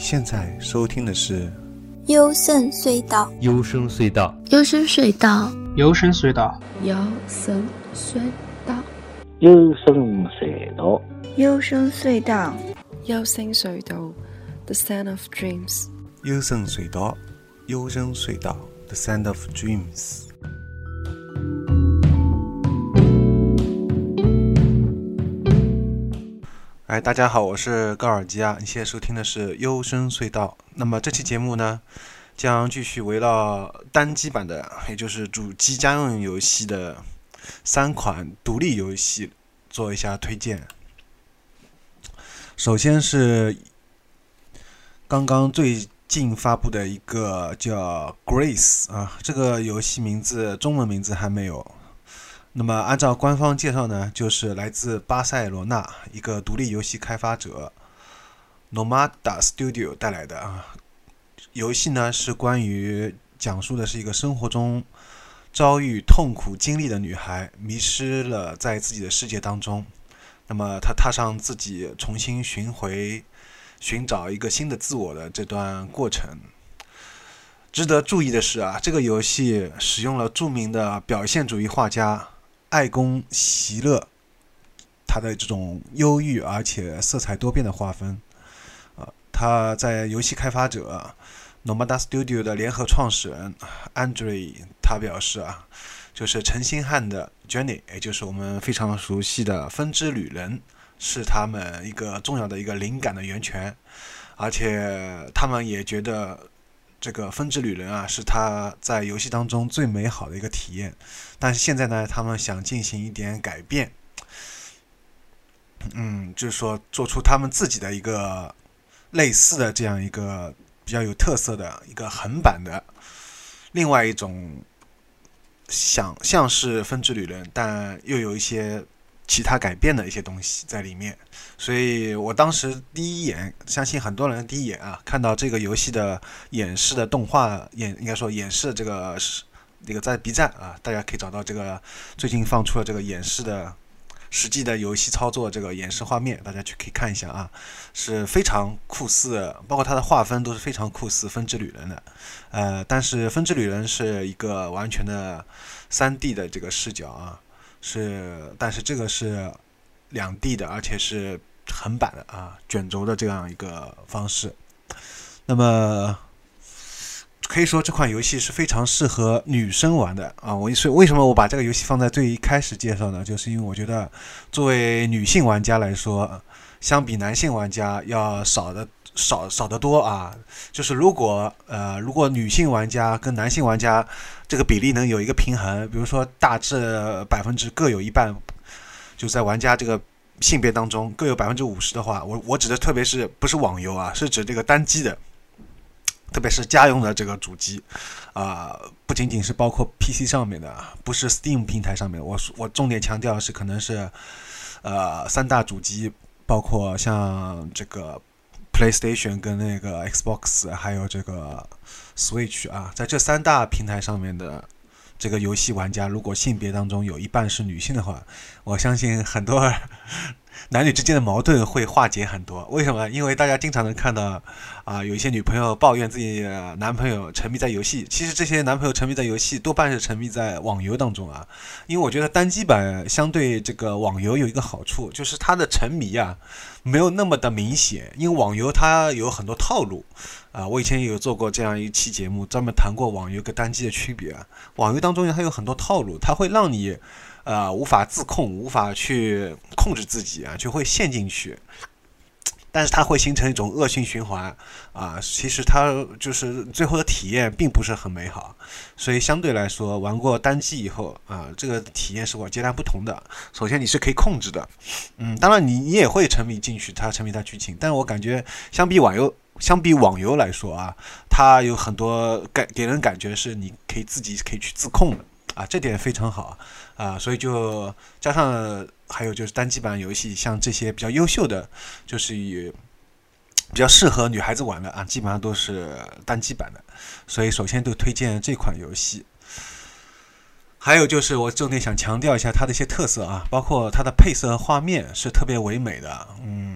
现在收听的是幽深隧道， 幽深隧道， 幽深隧道， 幽深隧道， 幽深隧道， 幽深隧道， 幽深隧道， 幽深隧道 The Sound of Dreams， 幽深隧道，幽深隧道 The Sound of Dreams。大家好，我是高尔基啊，你现在收听的是幽深隧道。那么这期节目呢，将继续围绕单机版的，也就是主机家用游戏的3款独立游戏做一下推荐。首先是刚刚最近发布的一个叫 Grace 啊，这个游戏名字中文名字还没有。那么按照官方介绍呢，就是来自巴塞罗那一个独立游戏开发者 Nomada Studio 带来的啊。游戏呢是关于讲述的是一个生活中遭遇痛苦经历的女孩迷失了在自己的世界当中，那么她踏上自己重新寻找一个新的自我的这段过程。值得注意的是啊，这个游戏使用了著名的表现主义画家艾宫席勒他的这种忧郁而且色彩多变的画风。他在游戏开发者 Nomada Studio 的联合创始人 Andre 他表示啊，就是陈星汉的 Journey， 也就是我们非常熟悉的风之旅人，是他们一个重要的一个灵感的源泉，而且他们也觉得这个风之旅人啊是他在游戏当中最美好的一个体验，但是现在呢他们想进行一点改变，就是说做出他们自己的一个类似的这样一个比较有特色的一个横版的另外一种像是风之旅人但又有一些其他改变的一些东西在里面。所以我当时第一眼，相信很多人第一眼啊，看到这个游戏的演示的动画应该说演示的这个在 B 站啊，大家可以找到这个最近放出了这个演示的实际的游戏操作这个演示画面，大家去可以看一下啊，是非常酷似，包括它的画风都是非常酷似风之旅人的。但是风之旅人是一个完全的 3D 的这个视角啊，但是这个是2D 的，而且是横版的啊，卷轴的这样一个方式。那么可以说这款游戏是非常适合女生玩的啊！为什么我把这个游戏放在最开始介绍呢？就是因为我觉得作为女性玩家来说，相比男性玩家要少得多啊！就是如果女性玩家跟男性玩家这个比例能有一个平衡，比如说大致50%各有一半，就在玩家这个性别当中各有50%的话，我指的特别是不是网游啊，是指这个单机的，特别是家用的这个主机不仅仅是包括 PC 上面的，不是 Steam 平台上面，我重点强调是可能是3大主机，包括像这个 PlayStation 跟那个 Xbox 还有这个 Switch 啊，在这3大平台上面的这个游戏玩家，如果性别当中有一半是女性的话，我相信很多男女之间的矛盾会化解很多。为什么？因为大家经常能看到有一些女朋友抱怨自己的男朋友沉迷在游戏，其实这些男朋友沉迷在游戏多半是沉迷在网游当中啊。因为我觉得单机版相对这个网游有一个好处，就是它的沉迷没有那么的明显，因为网游它有很多套路我以前也有做过这样一期节目，专门谈过网游跟单机的区别网游当中它有很多套路，它会让你无法自控，无法去控制自己就会陷进去，但是它会形成一种恶性循环其实它就是最后的体验并不是很美好，所以相对来说玩过单机以后这个体验是我截然不同的。首先你是可以控制的当然你也会沉迷进去，沉迷它剧情，但是我感觉相比网游来说它有很多给人感觉是你可以去自控的这点非常好所以就加上还有就是单机版游戏，像这些比较优秀的，就是比较适合女孩子玩的基本上都是单机版的，所以首先都推荐这款游戏。还有就是我重点想强调一下它的一些特色包括它的配色和画面是特别唯美的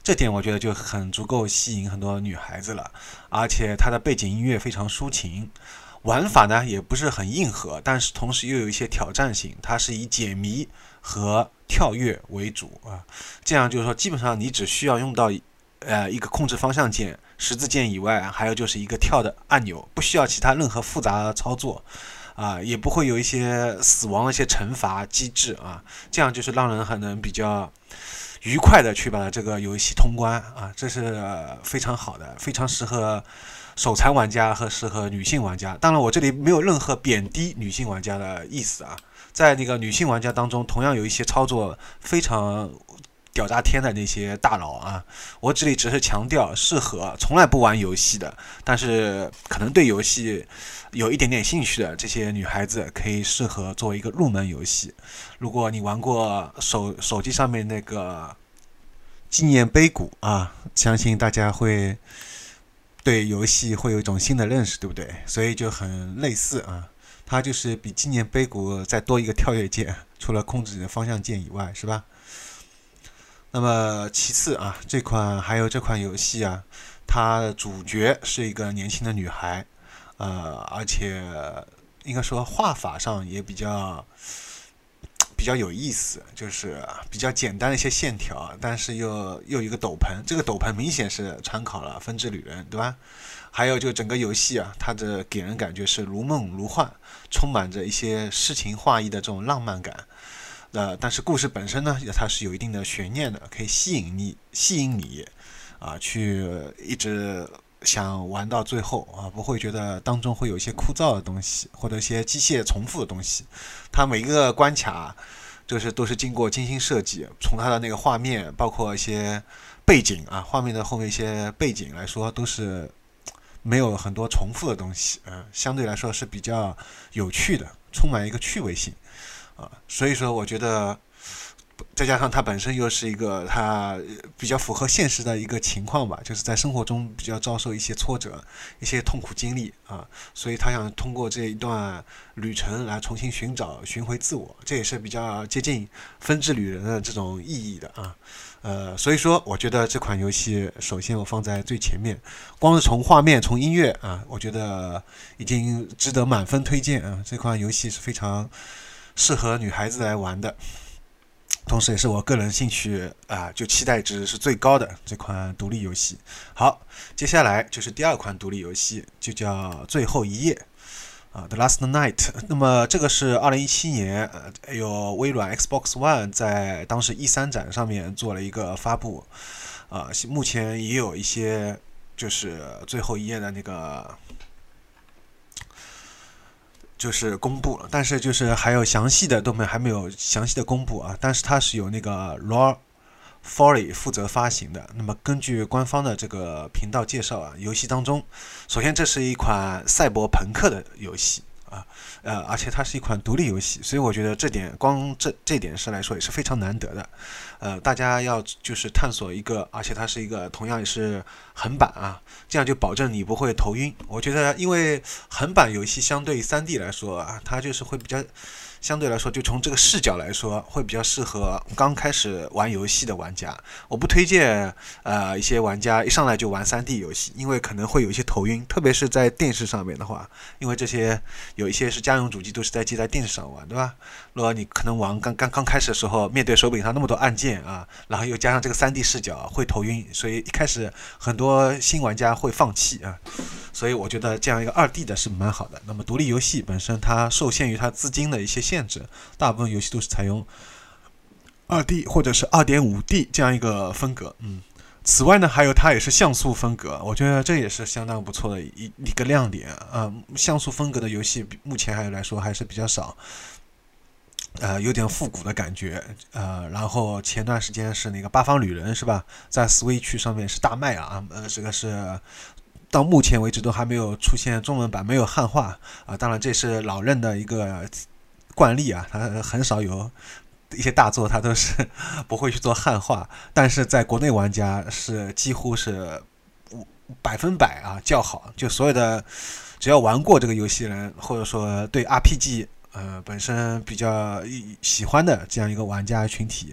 这点我觉得就很足够吸引很多女孩子了。而且它的背景音乐非常抒情，玩法呢也不是很硬核，但是同时又有一些挑战性，它是以解谜和跳跃为主啊。这样就是说，基本上你只需要用到一个控制方向键、十字键以外，还有就是一个跳的按钮，不需要其他任何复杂的操作啊，也不会有一些死亡的一些惩罚机制啊，这样就是让人还能比较愉快的去把这个游戏通关啊，这是非常好的，非常适合手残玩家和适合女性玩家。当然，我这里没有任何贬低女性玩家的意思啊，在那个女性玩家当中，同样有一些操作非常屌炸天的那些大佬啊，我这里只是强调适合从来不玩游戏的，但是可能对游戏有一点点兴趣的这些女孩子，可以适合作为一个入门游戏。如果你玩过手机上面那个纪念碑谷啊，相信大家会对游戏会有一种新的认识，对不对？所以就很类似啊，它就是比纪念碑谷再多一个跳跃键，除了控制你的方向键以外，是吧？那么其次啊，这款游戏啊，它的主角是一个年轻的女孩，而且应该说画法上也比较有意思，就是比较简单的一些线条，但是又有一个斗篷，这个斗篷明显是参考了《风之旅人》，对吧？还有就整个游戏啊，它的给人感觉是如梦如幻，充满着一些诗情画意的这种浪漫感。但是故事本身呢，它是有一定的悬念的，可以吸引你啊，去一直想玩到最后啊，不会觉得当中会有一些枯燥的东西，或者一些机械重复的东西。它每一个关卡都是经过精心设计，从它的那个画面，包括一些背景啊，画面的后面一些背景来说，都是没有很多重复的东西，相对来说是比较有趣的，充满一个趣味性。所以说我觉得再加上它本身又是一个它比较符合现实的一个情况吧，就是在生活中比较遭受一些挫折、一些痛苦经历啊，所以他想通过这一段旅程来重新寻回自我，这也是比较接近分支旅人的这种意义的啊。所以说我觉得这款游戏首先我放在最前面，光是从画面、从音乐啊，我觉得已经值得满分推荐啊。这款游戏是非常适合女孩子来玩的，同时也是我个人兴趣就期待值是最高的这款独立游戏。好，接下来就是第二款独立游戏，就叫最后一夜The Last Night。 那么这个是2017年有微软 Xbox One 在当时 E3 展上面做了一个发布目前也有一些就是最后一夜的那个就是公布了，但是就是还有详细的还没有详细的公布啊。但是它是由那个 Roll Foley 负责发行的。那么根据官方的这个频道介绍啊，游戏当中，首先这是一款赛博朋克的游戏而且它是一款独立游戏，所以我觉得这点这点上来说也是非常难得的。大家要就是探索一个，而且它是一个同样也是横版这样就保证你不会头晕。我觉得因为横版游戏相对于 3D 来说它就是会比较相对来说，就从这个视角来说，会比较适合刚开始玩游戏的玩家。我不推荐一些玩家一上来就玩 3D 游戏，因为可能会有一些头晕，特别是在电视上面的话，因为这些有一些是家用主机都是接在电视上玩，对吧？如果你可能玩刚开始的时候，面对手柄上那么多按键然后又加上这个 3D 视角会头晕，所以一开始很多新玩家会放弃所以我觉得这样一个 2D 的是蛮好的。那么独立游戏本身它受限于它资金的一些限制，大部分游戏都是采用 2D 或者是 2.5D 这样一个风格。此外呢，还有它也是像素风格，我觉得这也是相当不错的一个亮点像素风格的游戏目前还来说还是比较少，有点复古的感觉然后前段时间是那个八方旅人是吧，在 Switch 上面是大卖这个是到目前为止都还没有出现中文版，没有汉化当然这是老任的一个惯例他很少有一些大作他都是不会去做汉化，但是在国内玩家是几乎是100%叫好，就所有的只要玩过这个游戏人，或者说对 RPG本身比较喜欢的这样一个玩家群体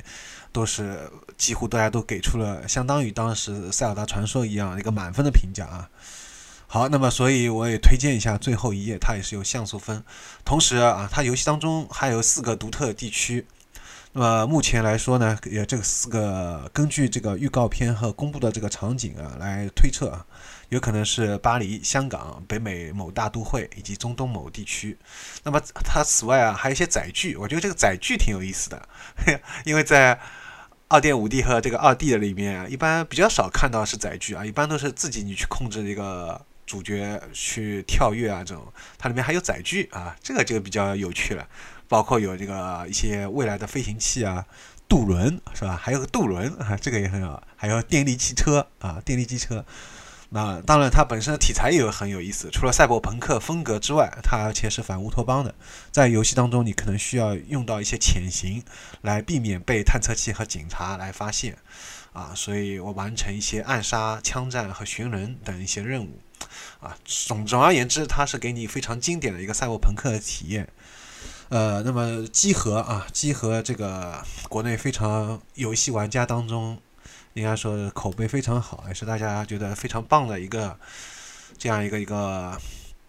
都是几乎大家都给出了相当于当时塞尔达传说一样一个满分的评价啊。好，那么所以我也推荐一下最后一页，它也是有像素分，同时啊，它游戏当中还有4个独特地区。那么目前来说呢，也这个4个根据这个预告片和公布的这个场景啊来推测啊，有可能是巴黎、香港、北美某大都会以及中东某地区。那么它此外啊还有一些载具，我觉得这个载具挺有意思的，因为在2.5D 和这个2D 的里面啊，一般比较少看到是载具啊，一般都是自己你去控制这个主角去跳跃啊，这种它里面还有载具啊，这个就比较有趣了，包括有这个一些未来的飞行器啊、渡轮是吧？还有个渡轮啊，这个也很好，还有电力汽车啊，电力机车。那当然，它本身的题材也很有意思，除了赛博朋克风格之外，它而且是反乌托邦的。在游戏当中，你可能需要用到一些潜行，来避免被探测器和警察来发现啊，所以我完成一些暗杀、枪战和寻人等一些任务啊。总而言之，它是给你非常经典的一个赛博朋克的体验。那么集合这个国内非常游戏玩家当中，应该说口碑非常好，也是大家觉得非常棒的一个这样一个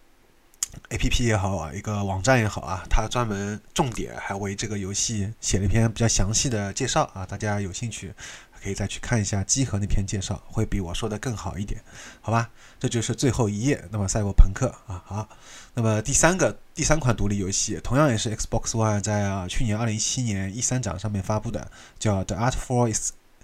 APP 也好啊，一个网站也好啊，它专门重点还为这个游戏写了一篇比较详细的介绍啊，大家有兴趣可以再去看一下集合那篇介绍，会比我说的更好一点，好吧？这就是最后一页。那么赛博朋克啊，好。那么第三款独立游戏，同样也是 Xbox One 在去年2017年E3展上面发布的，叫 The Artful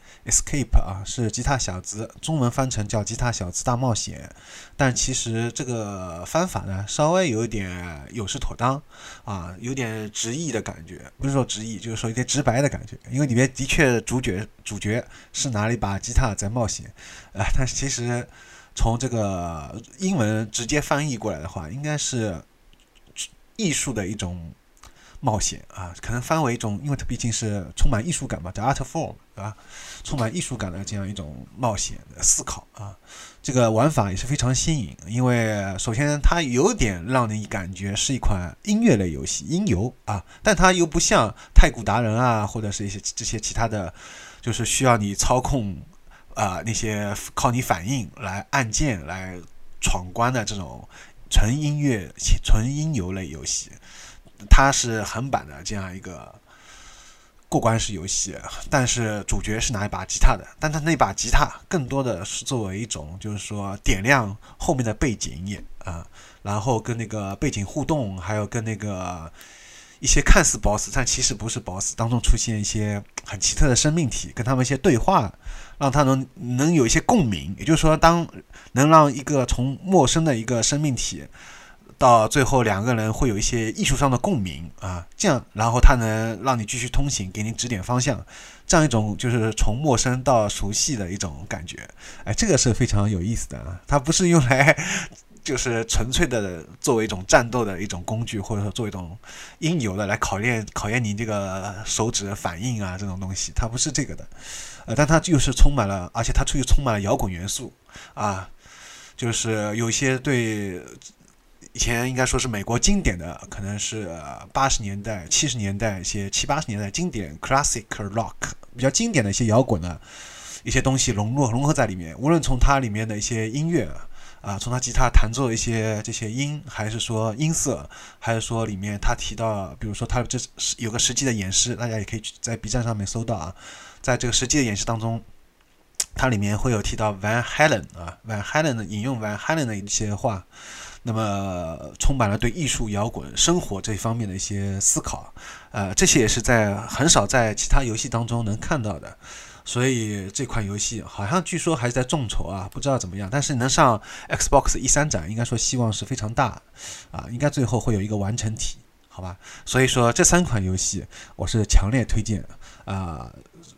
Escape 啊，是吉他小子，中文翻成叫吉他小子大冒险。但其实这个翻法呢，稍微有一点有失妥当啊，有点直译的感觉，不是说直译，就是说有点直白的感觉。因为里面的确主角是拿了一把吉他在冒险，但是其实从这个英文直接翻译过来的话，应该是艺术的一种冒险啊，可能翻为一种，因为它毕竟是充满艺术感嘛，叫 art form， 对吧？充满艺术感的这样一种冒险的思考啊，这个玩法也是非常新颖，因为首先它有点让你感觉是一款音乐类游戏，音游啊，但它又不像太鼓达人啊，或者是一些这些其他的，就是需要你操控那些靠你反应来按键来闯关的这种纯音乐、纯音游类游戏。它是横版的这样一个过关式游戏，但是主角是拿一把吉他的，但他那把吉他更多的是作为一种就是说点亮后面的背景音啊，然后跟那个背景互动，还有跟那个一些看似 boss 但其实不是 boss 当中出现一些很奇特的生命体，跟他们一些对话，让他能有一些共鸣。也就是说，当能让一个从陌生的一个生命体到最后两个人会有一些艺术上的共鸣啊，这样然后它能让你继续通行，给你指点方向，这样一种就是从陌生到熟悉的一种感觉。这个是非常有意思的啊，它不是用来就是纯粹的作为一种战斗的一种工具，或者说作为一种音游的来考验你这个手指的反应啊，这种东西它不是这个的。但它又是充满了，而且它又充满了摇滚元素啊，就是有一些对以前应该说是美国经典的，可能是80年代、70年代一些70、80年代经典 classic rock 比较经典的一些摇滚的一些东西融合在里面。无论从它里面的一些音乐啊，从它吉他弹奏一些这些音，还是说音色，还是说里面他提到，比如说他这有个实际的演示，大家也可以在 B 站上面搜到啊。在这个实际的演示当中，它里面会有提到 Van Halen 啊 ，Van Halen 引用 Van Halen 的一些话。那么充满了对艺术、摇滚、生活这方面的一些思考，这些也是很少在其他游戏当中能看到的，所以这款游戏好像据说还是在众筹啊，不知道怎么样，但是能上 Xbox E3展，应该说希望是非常大啊，应该最后会有一个完成体，好吧？所以说这3款游戏我是强烈推荐啊。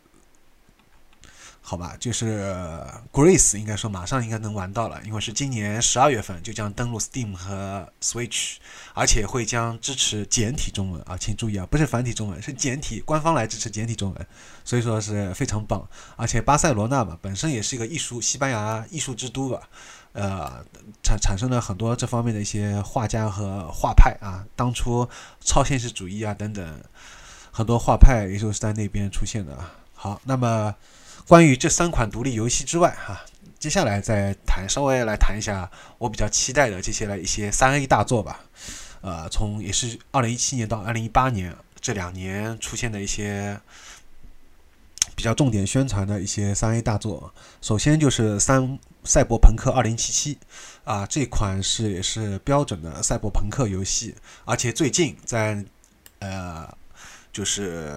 好吧，就是 Grace 应该说马上应该能玩到了，因为是今年12月份就将登陆 Steam 和 Switch， 而且会将支持简体中文啊，请注意啊，不是繁体中文，是简体，官方来支持简体中文，所以说是非常棒。而且巴塞罗那吧，本身也是一个西班牙艺术之都吧，产生了很多这方面的一些画家和画派啊，当初超现实主义啊等等，很多画派也就是在那边出现的啊。 好，那么关于这3款独立游戏之外接下来再稍微来谈一下我比较期待的这些一些3A 大作吧。从也是2017年到2018年这2年出现的一些比较重点宣传的一些3A 大作。首先就是赛博朋克2077这款也是标准的赛博朋克游戏，而且最近在就是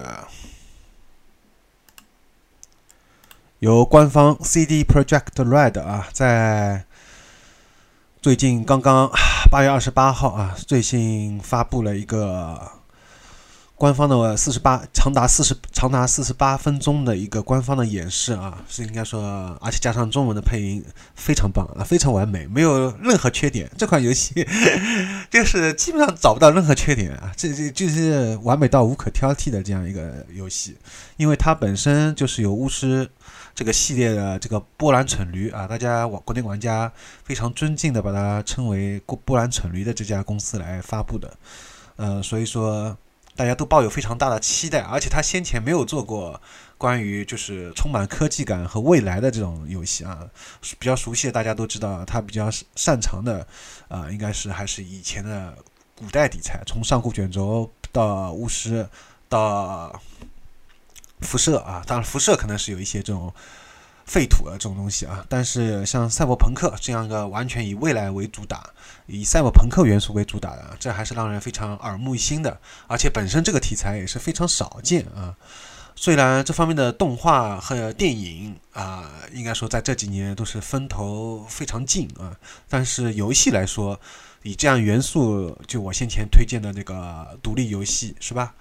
由官方 CD Projekt Red 在最近刚刚8月28号最新发布了一个官方的长达48分钟的一个官方的演示是应该说，而且加上中文的配音，非常棒非常完美，没有任何缺点。这款游戏就是基本上找不到任何缺点这就是完美到无可挑剔的这样一个游戏。因为它本身就是有巫师这个系列的这个波兰蠢驴大家国内玩家非常尊敬的把它称为波兰蠢驴的这家公司来发布的。所以说大家都抱有非常大的期待，而且他先前没有做过关于就是充满科技感和未来的这种游戏比较熟悉的大家都知道，他比较擅长的应该是还是以前的古代题材，从上古卷轴到巫师到辐射当然辐射可能是有一些这种废土的这种东西但是像赛博朋克这样一个完全以未来为主打，以赛博朋克元素为主打的，这还是让人非常耳目一新的。而且本身这个题材也是非常少见虽然这方面的动画和电影应该说在这几年都是风头非常劲但是游戏来说，以这样元素，就我先前推荐的那个独立游戏是吧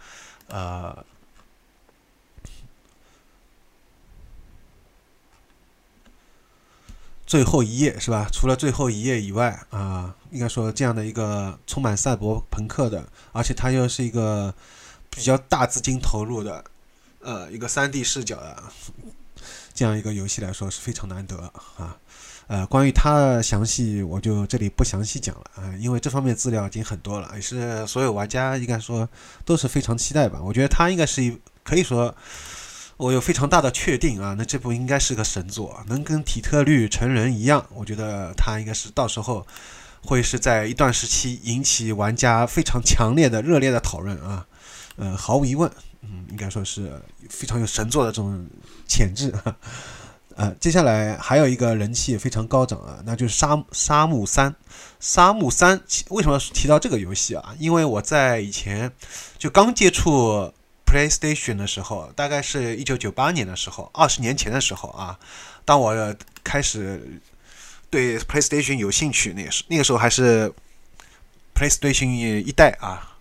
最后一页是吧？除了最后一页以外应该说这样的一个充满赛博朋克的，而且它又是一个比较大资金投入的一个 3D 视角的这样一个游戏来说是非常难得关于它的详细我就这里不详细讲了因为这方面资料已经很多了，也是所有玩家应该说都是非常期待吧。我觉得它应该是可以说我有非常大的确定那这部应该是个神作，能跟底特律成人一样，我觉得它应该是到时候会是在一段时期引起玩家非常强烈的热烈的讨论毫无疑问应该说是非常有神作的这种潜质接下来还有一个人气也非常高涨那就是沙漠3。沙漠3为什么提到这个游戏因为我在以前就刚接触PlayStation 的时候，大概是1998年的时候，20年前的时候当我开始对 PlayStation 有兴趣，那个时候还是 PlayStation 1代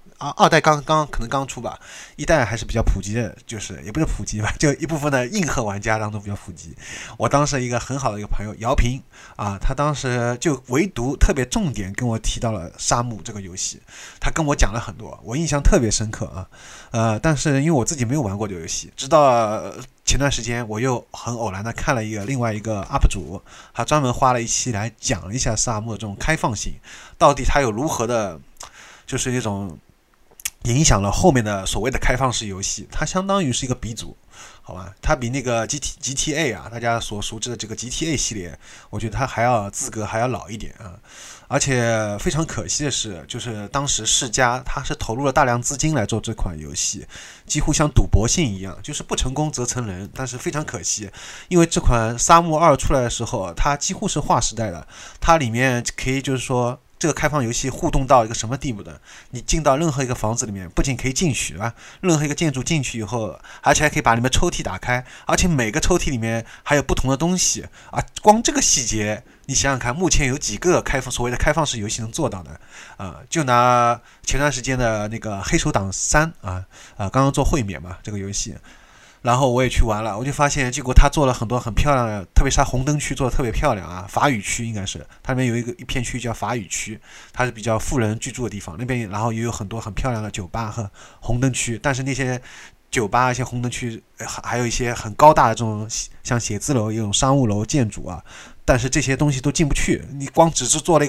2代可能刚出吧，1代还是比较普及的，就是也不是普及吧，就一部分的硬核玩家当中比较普及。我当时一个很好的一个朋友姚平他当时就唯独特别重点跟我提到了沙漠这个游戏，他跟我讲了很多，我印象特别深刻但是因为我自己没有玩过这个游戏，直到前段时间我又很偶然的看了另外一个 UP 主，他专门花了一期来讲一下沙漠这种开放性，到底它有如何的就是一种影响了后面的所谓的开放式游戏，它相当于是一个鼻祖，好吧？它比那个 GTA 大家所熟知的这个 GTA 系列，我觉得它资格还要老一点而且非常可惜的是，就是当时世嘉它是投入了大量资金来做这款游戏，几乎像赌博性一样，就是不成功则成仁。但是非常可惜，因为这款沙漠2出来的时候，它几乎是划时代的，它里面可以就是说这个开放游戏互动到一个什么地步的？你进到任何一个房子里面，不仅可以进去任何一个建筑进去以后，而且还可以把里面抽屉打开，而且每个抽屉里面还有不同的东西光这个细节，你想想看，目前有几个所谓的开放式游戏能做到的就拿前段时间的那个黑手党3刚刚做会免嘛，这个游戏。然后我也去玩了，我就发现结果他做了很多很漂亮的，特别是他红灯区做的特别漂亮法语区应该是它里面有一片区叫法语区，它是比较富人居住的地方，那边然后也有很多很漂亮的酒吧和红灯区，但是那些酒吧一些红灯区还有一些很高大的这种像写字楼一种商务楼建筑但是这些东西都进不去，你光只是做了一个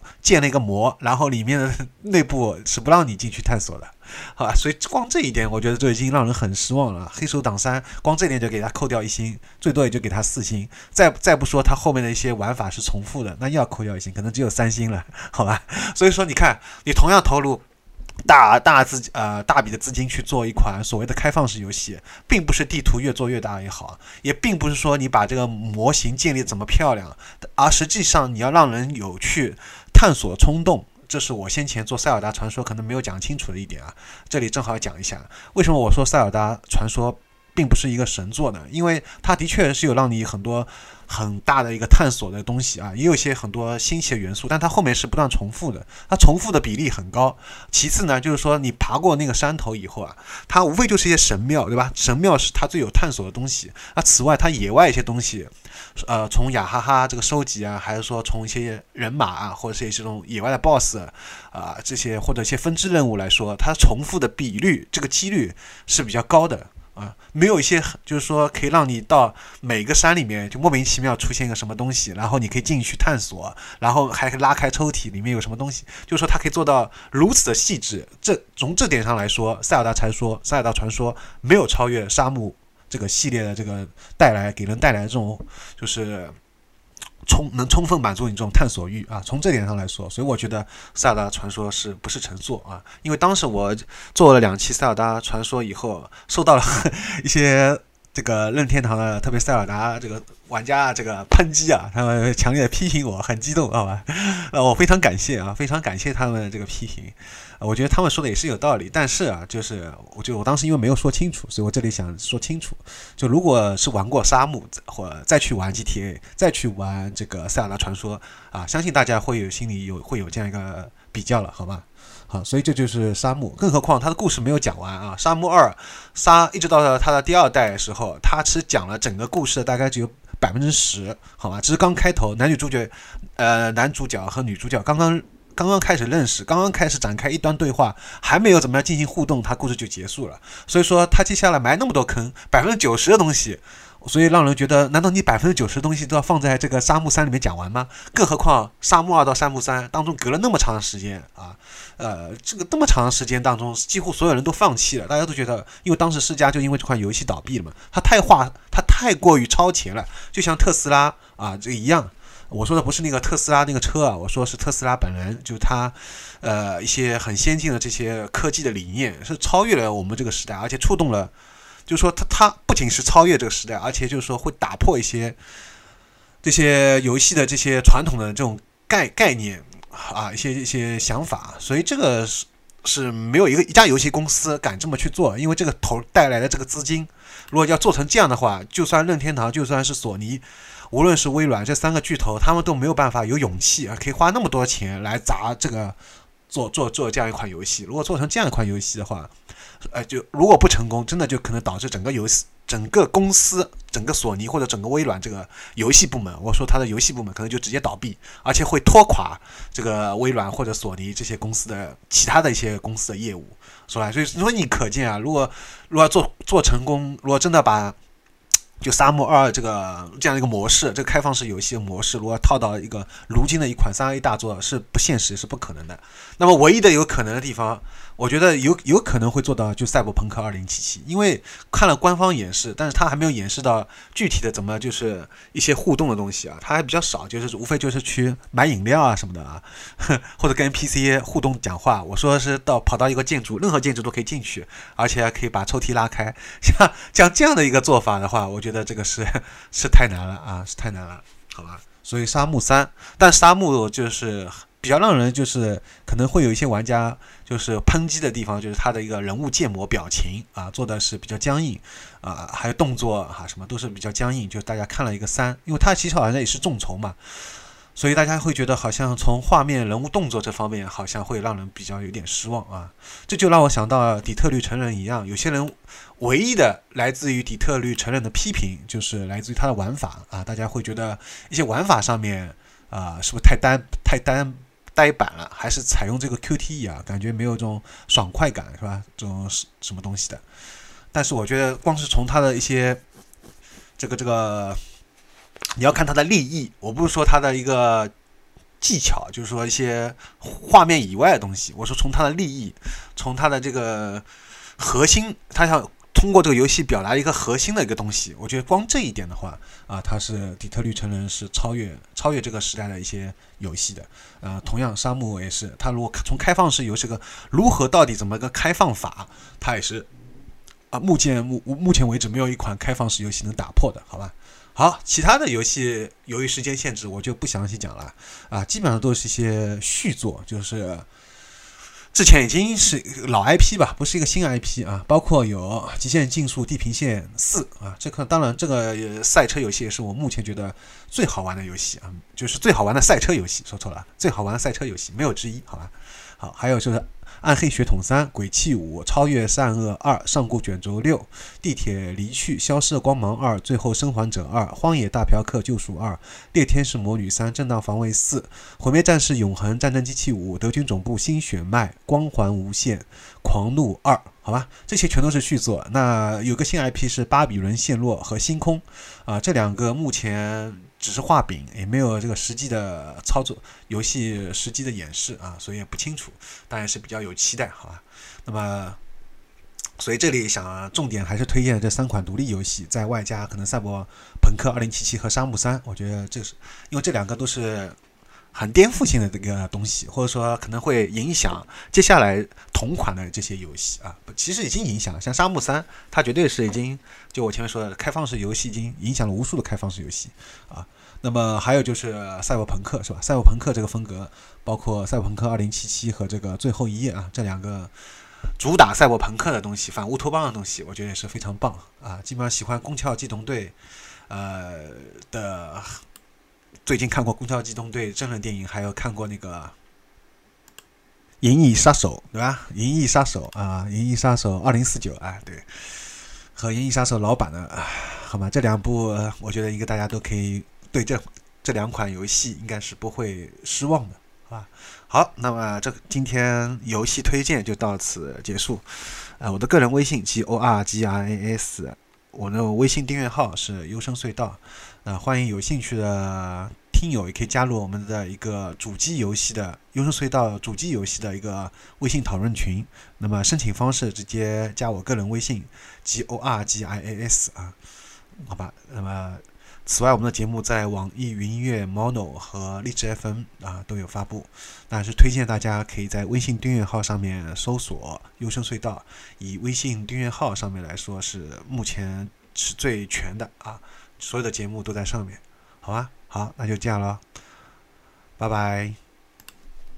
建了一个模，然后里面的内部是不让你进去探索的，好吧？所以光这一点我觉得就已经让人很失望了。黑手党3光这一点就给他扣掉1星，最多也就给他4星，再不说他后面的一些玩法是重复的，那又要扣掉1星，可能只有3星了，好吧？所以说你看，你同样投入大笔的资金去做一款所谓的开放式游戏，并不是地图越做越大也好，也并不是说你把这个模型建立怎么漂亮，而实际上你要让人有去探索冲动。这是我先前做塞尔达传说可能没有讲清楚的一点啊，这里正好讲一下为什么我说塞尔达传说并不是一个神作呢？因为它的确是有让你很多很大的一个探索的东西啊，也有一些很多新奇的元素，但它后面是不断重复的，它重复的比例很高。其次呢，就是说你爬过那个山头以后啊，它无非就是一些神庙，对吧？神庙是它最有探索的东西。此外它野外一些东西，从雅哈哈这个收集啊，还是说从一些人马啊，或者是一些这种野外的 BOSS 这些或者一些分支任务来说，它重复的比率这个几率是比较高的。没有一些就是说可以让你到每个山里面就莫名其妙出现一个什么东西，然后你可以进去探索，然后还可以拉开抽屉里面有什么东西，就是说它可以做到如此的细致。从这点上来说，塞尔达传说没有超越沙漠这个系列的这个给人带来的这种就是能充分满足你这种探索欲啊，从这点上来说，所以我觉得塞尔达传说是不是神作啊？因为当时我做了2期塞尔达传说以后，受到了一些这个任天堂的特别塞尔达这个玩家这个抨击啊，他们强烈的批评我，很激动，好吧？我非常感谢啊，非常感谢他们的这个批评。我觉得他们说的也是有道理，但是啊，我当时因为没有说清楚，所以我这里想说清楚。就如果是玩过沙漠，或者再去玩 GTA， 再去玩这个塞尔达传说啊，相信大家心里会有这样一个比较了，好吧？好，所以这就是沙漠，更何况他的故事没有讲完啊。沙漠2一直到他的第2代的时候，他只讲了整个故事大概只有10%，好吧？只是刚开头，男主角和女主角刚刚开始认识，刚刚开始展开一段对话，还没有怎么样进行互动，他故事就结束了。所以说他接下来埋那么多坑，90%的东西，所以让人觉得，难道你90%的东西都要放在这个沙漠3里面讲完吗？更何况沙漠2到沙漠3当中隔了那么长的时间啊，这个这么长的时间当中，几乎所有人都放弃了，大家都觉得，因为当时世嘉就因为这款游戏倒闭了嘛，它太过于超前了，就像特斯拉啊这个一样。我说的不是那个特斯拉那个车啊，我说是特斯拉本人，就他一些很先进的这些科技的理念是超越了我们这个时代，而且触动了，就是说他不仅是超越这个时代，而且就是说会打破一些这些游戏的这些传统的这种概念啊，一些想法，所以这个是没有一家游戏公司敢这么去做，因为这个头带来的这个资金，如果要做成这样的话，就算任天堂，就算是索尼，无论是微软这3个巨头，他们都没有办法有勇气可以花那么多钱来砸这个做这样一款游戏。如果做成这样一款游戏的话，就如果不成功，真的就可能导致整个公司、整个索尼或者整个微软这个游戏部门，我说它的游戏部门可能就直接倒闭，而且会拖垮这个微软或者索尼这些公司的其他的一些公司的业务。所以你可见啊，如果要做成功，如果真的把就沙漠2这样一个模式，这个开放式游戏的模式，如果套到一个如今的一款3A 大作，是不现实，是不可能的。那么唯一的有可能的地方，我觉得有可能会做到就赛博朋克2077，因为看了官方演示，但是他还没有演示到具体的怎么就是一些互动的东西啊，他还比较少，就是无非就是去买饮料啊什么的啊，或者跟 NPC 互动讲话。我说是跑到一个建筑，任何建筑都可以进去，而且还可以把抽屉拉开，像这样的一个做法的话，我觉得这个是太难了啊，是太难了，好吧？所以沙漠3，但沙漠就是比较让人就是可能会有一些玩家就是抨击的地方，就是他的一个人物建模表情啊做的是比较僵硬啊，还有动作啊什么都是比较僵硬，就是大家看了一个3，因为他其实好像也是众筹嘛，所以大家会觉得好像从画面、人物动作这方面好像会让人比较有点失望啊。这就让我想到底特律成人一样，有些人唯一的来自于底特律成人的批评就是来自于他的玩法啊，大家会觉得一些玩法上面是不是太呆板了，还是采用这个 QTE 啊，感觉没有这种爽快感，是吧？这种什么东西的。但是我觉得光是从他的一些这个你要看他的立意，我不是说他的一个技巧，就是说一些画面以外的东西。我说从它的立意，从它的这个核心，它想通过这个游戏表达一个核心的一个东西。我觉得光这一点的话它是底特律成人是超越这个时代的一些游戏的。同样沙漠也是，它如果从开放式游戏如何到底怎么个开放法，它也是目前为止没有一款开放式游戏能打破的，好吧？好，其他的游戏由于时间限制，我就不详细讲了基本上都是一些续作，就是之前已经是老 IP 吧，不是一个新 IP 包括有极限竞速地平线4当然这个赛车游戏也是我目前觉得最好玩的游戏就是最好玩的赛车游戏，说错了，最好玩的赛车游戏没有之一，好吧？好，还有就是暗黑血统3、鬼泣5、超越善恶2、上古卷轴6、地铁离去、消失的光芒2、最后生还者2、荒野大嫖客救赎2、猎天使魔女3、正当防卫4、毁灭战士永恒、战争机器5、德军总部新血脉、光环无限、狂怒2，好吧？这些全都是续作。那有个新 IP 是巴比伦陷落和星空这两个目前只是画饼，也没有这个实际的操作，游戏实际的演示所以也不清楚，当然是比较有期待，好吧？那么，所以这里想重点还是推荐这3款独立游戏，在外加可能赛博朋克2077和沙漠3，我觉得这是因为这两个都是很颠覆性的这个东西，或者说可能会影响接下来同款的这些游戏其实已经影响了，像沙漠3，它绝对是已经就我前面说的开放式游戏，已经影响了无数的开放式游戏那么还有就是赛博朋克是吧？赛博朋克这个风格，包括赛博朋克2077和这个最后一页这两个主打赛博朋克的东西，反乌托邦的东西，我觉得也是非常棒基本上喜欢攻壳机动队的，最近看过攻壳机动队真人电影，还有看过那个银翼杀手，对吧？银翼杀手银翼杀手2049对，和银翼杀手老版的好吧？这两部我觉得应该大家都可以对这两款游戏应该是不会失望的，好吧？好，那么今天游戏推荐就到此结束。我的个人微信 GORGRAS， 我的微信订阅号是优声隧道。欢迎有兴趣的听友也可以加入我们的一个主机游戏的优声隧道主机游戏的一个微信讨论群。那么申请方式直接加我个人微信 GORGIAS 好吧？那么此外，我们的节目在网易云音乐、Mono 和荔枝 FM 都有发布。那是推荐大家可以在微信订阅号上面搜索优声隧道，以微信订阅号上面来说是目前是最全的所有的节目都在上面，好吧？好，那就这样了，拜拜。